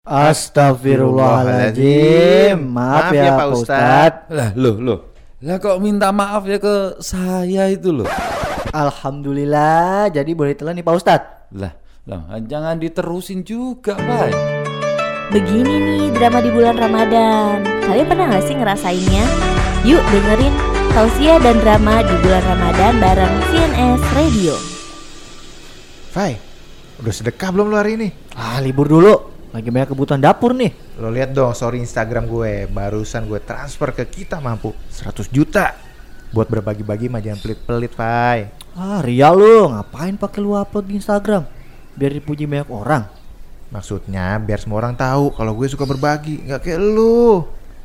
Astagfirullahaladzim. Maaf ya Pak Ustadz. Lah kok minta maaf ya ke saya itu loh. Alhamdulillah, jadi boleh telan nih Pak Ustadz. Lah, jangan diterusin juga, Pak. Begini nih drama di bulan Ramadan. Kalian pernah gak sih ngerasainnya? Yuk dengerin tausiah dan drama di bulan Ramadan bareng CNS Radio. Fai, udah sedekah belum lu hari ini? Libur dulu. Lagi banyak kebutuhan dapur nih. Lo lihat dong story Instagram gue. Barusan gue transfer ke Kita Mampu 100 juta. Buat berbagi-bagi mah jangan pelit-pelit, Fai. Ria lu, ngapain pakai lu upload di Instagram? Biar dipuji banyak orang. Maksudnya biar semua orang tahu kalau gue suka berbagi, nggak kayak lu.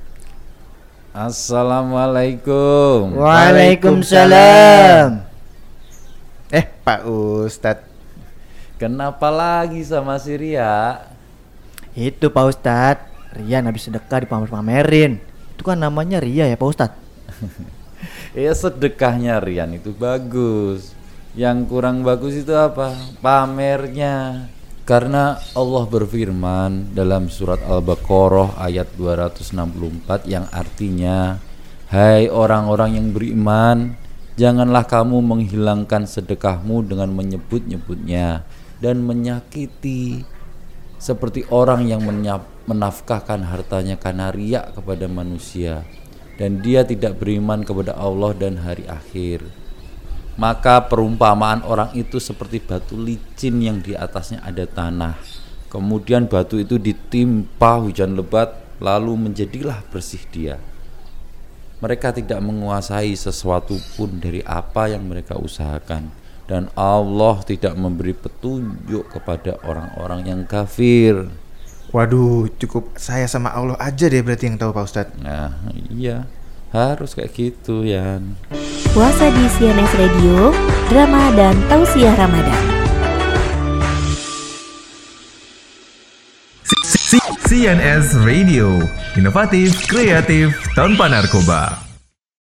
Assalamualaikum. Waalaikumsalam. Pak Ustadz. Kenapa lagi sama si Ria? Itu Pak Ustadz, Rian habis sedekah dipamer-pamerin. Itu kan namanya Ria ya Pak Ustadz. Ya sedekahnya Rian itu bagus. Yang kurang bagus itu apa? Pamernya. Karena Allah berfirman dalam surat Al-Baqarah ayat 264 yang artinya, hai orang-orang yang beriman, janganlah kamu menghilangkan sedekahmu dengan menyebut-nyebutnya dan menyakiti seperti orang yang menafkahkan hartanya karena riya kepada manusia dan dia tidak beriman kepada Allah dan hari akhir. Maka perumpamaan orang itu seperti batu licin yang di atasnya ada tanah. Kemudian batu itu ditimpa hujan lebat lalu menjadilah bersih dia. Mereka tidak menguasai sesuatu pun dari apa yang mereka usahakan. Dan Allah tidak memberi petunjuk kepada orang-orang yang kafir. Waduh, cukup saya sama Allah aja deh berarti yang tahu Pak Ustadz. Nah iya, harus kayak gitu Yan. Puasa di CNS Radio, drama dan tausiah Ramadan. CNS Radio, inovatif, kreatif, tanpa narkoba.